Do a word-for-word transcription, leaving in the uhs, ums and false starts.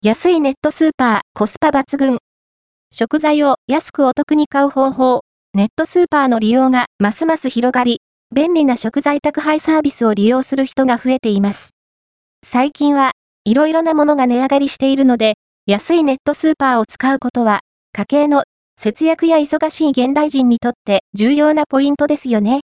安いネットスーパー、コスパ抜群。食材を安くお得に買う方法。ネットスーパーの利用がますます広がり、便利な食材宅配サービスを利用する人が増えています。最近はいろいろなものが値上がりしているので、安いネットスーパーを使うことは、家計の節約や忙しい現代人にとって重要なポイントですよね。